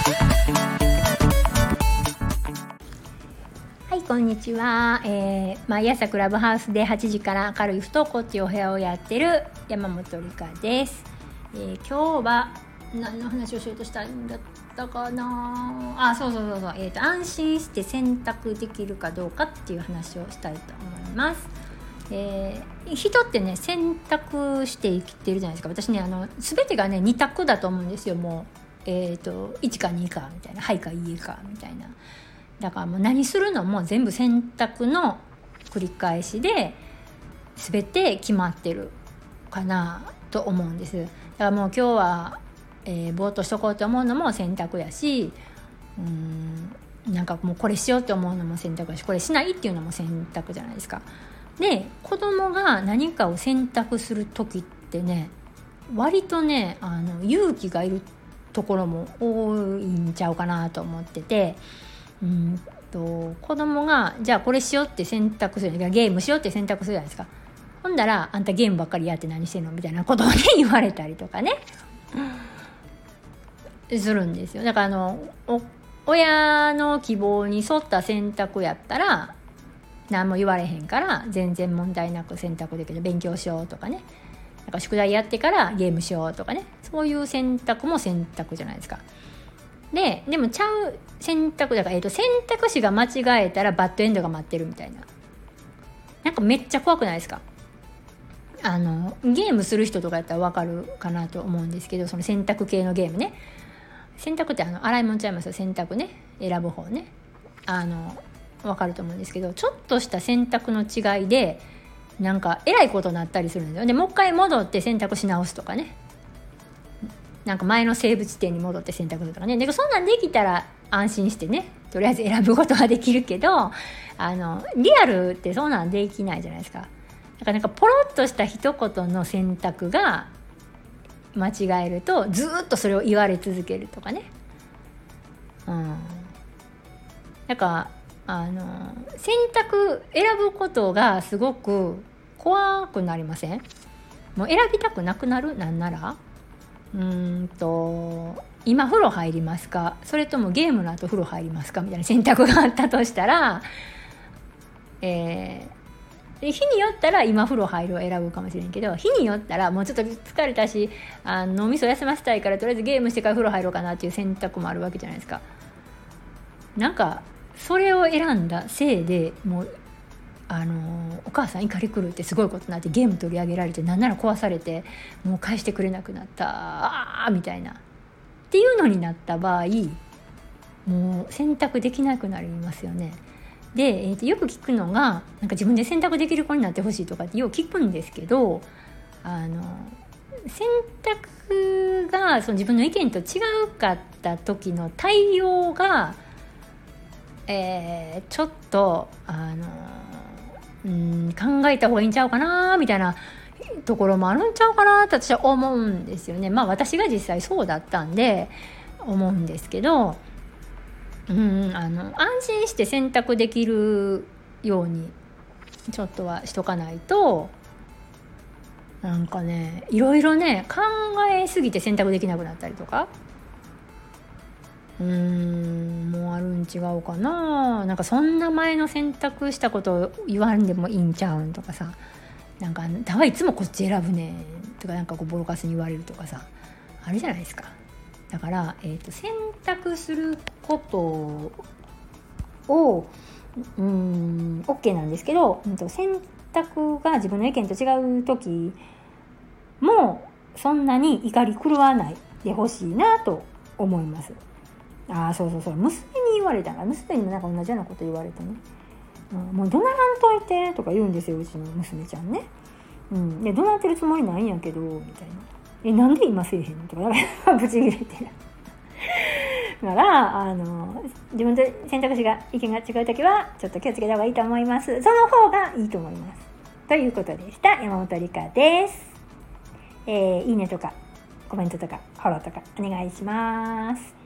はい、こんにちは。毎朝クラブハウスで8時から明るい不登校っていうお部屋をやってる山本理香です。今日は何の話をしようとしたんだったかな。そう、安心して選択できるかどうかっていう話をしたいと思います。人ってね、選択して生きてるじゃないですか。私ね、全てがね2択だと思うんですよ。もう、1か2かみたいな、はいかいいえかみたいな。だからもう何するのも全部選択の繰り返しで全て決まってるかなと思うんです。だからもう今日は、ぼーっとしとこうと思うのも選択やし、なんかもうこれしようと思うのも選択やし、これしないっていうのも選択じゃないですか。で、子供が何かを選択する時ってね、割とね勇気がいるところも多いんちゃうかなと思ってて、子供がじゃあこれしようって選択する、ゲームしようって選択するじゃないですか。ほんだら、あんたゲームばっかりやって何してんのみたいなことをね言われたりとかね、するんですよ。だから親の希望に沿った選択やったら何も言われへんから全然問題なく選択できる。勉強しようとかね、なんか宿題やってからゲームしようとかね、そういう選択も選択じゃないですか。でもちゃう選択だから、選択肢が間違えたらバッドエンドが待ってるみたいな、なんかめっちゃ怖くないですか。ゲームする人とかやったら分かるかなと思うんですけど、その選択系のゲームね、選択って洗い物ちゃいますよ。選択ね、選ぶ方ね、分かると思うんですけど、ちょっとした選択の違いでなんかえらいことになったりするんですよ。でもう一回戻って選択し直すとかね、なんか前のセーブ地点に戻って選択するとかね。でそんなんできたら安心してね、とりあえず選ぶことができるけど、リアルってそんなんできないじゃないですか。だからなんかポロッとした一言の選択が間違えるとずっとそれを言われ続けるとかね。なんか選択選ぶことがすごく怖くなりません？もう選びたくなくなる。なんなら今風呂入りますか、それともゲームの後風呂入りますかみたいな選択があったとしたら、日によったら今風呂入るを選ぶかもしれんけど、日によったらもうちょっと疲れたし脳みそ休ませたいからとりあえずゲームしてから風呂入ろうかなっていう選択もあるわけじゃないですか。なんかそれを選んだせいでもうお母さん怒り狂ってすごいことになって、ゲーム取り上げられて、なんなら壊されてもう返してくれなくなったみたいなっていうのになった場合、もう選択できなくなりますよね。で、よく聞くのが、なんか自分で選択できる子になってほしいとかってよく聞くんですけど、選択がその自分の意見と違うかった時の対応が、ちょっと考えた方がいいんちゃうかなみたいなところもあるんちゃうかなって私は思うんですよね。私が実際そうだったんで思うんですけど、安心して選択できるようにちょっとはしとかないと、なんかね、いろいろね考えすぎて選択できなくなったりとかもうあるん違うかな。なんかそんな前の選択したことを言わんでもいいんちゃうんとかさ、なんかだはいつもこっち選ぶねとか、なんかこうボロカスに言われるとかさ、あるじゃないですか。だから、選択することをOK なんですけど、選択が自分の意見と違う時もそんなに怒り狂わないでほしいなと思います。そう娘に言われたから、娘にもなんか同じようなこと言われてね、もう怒鳴らんといてとか言うんですよ、うちの娘ちゃんね。で怒鳴ってるつもりないんやけどみたいな、なんで今せえへんのとかブチ切れてだから自分と選択肢が意見が違うときはちょっと気をつけた方がいいと思います。その方がいいと思いますということでした。山本理香です。いいねとかコメントとかフォローとかお願いします。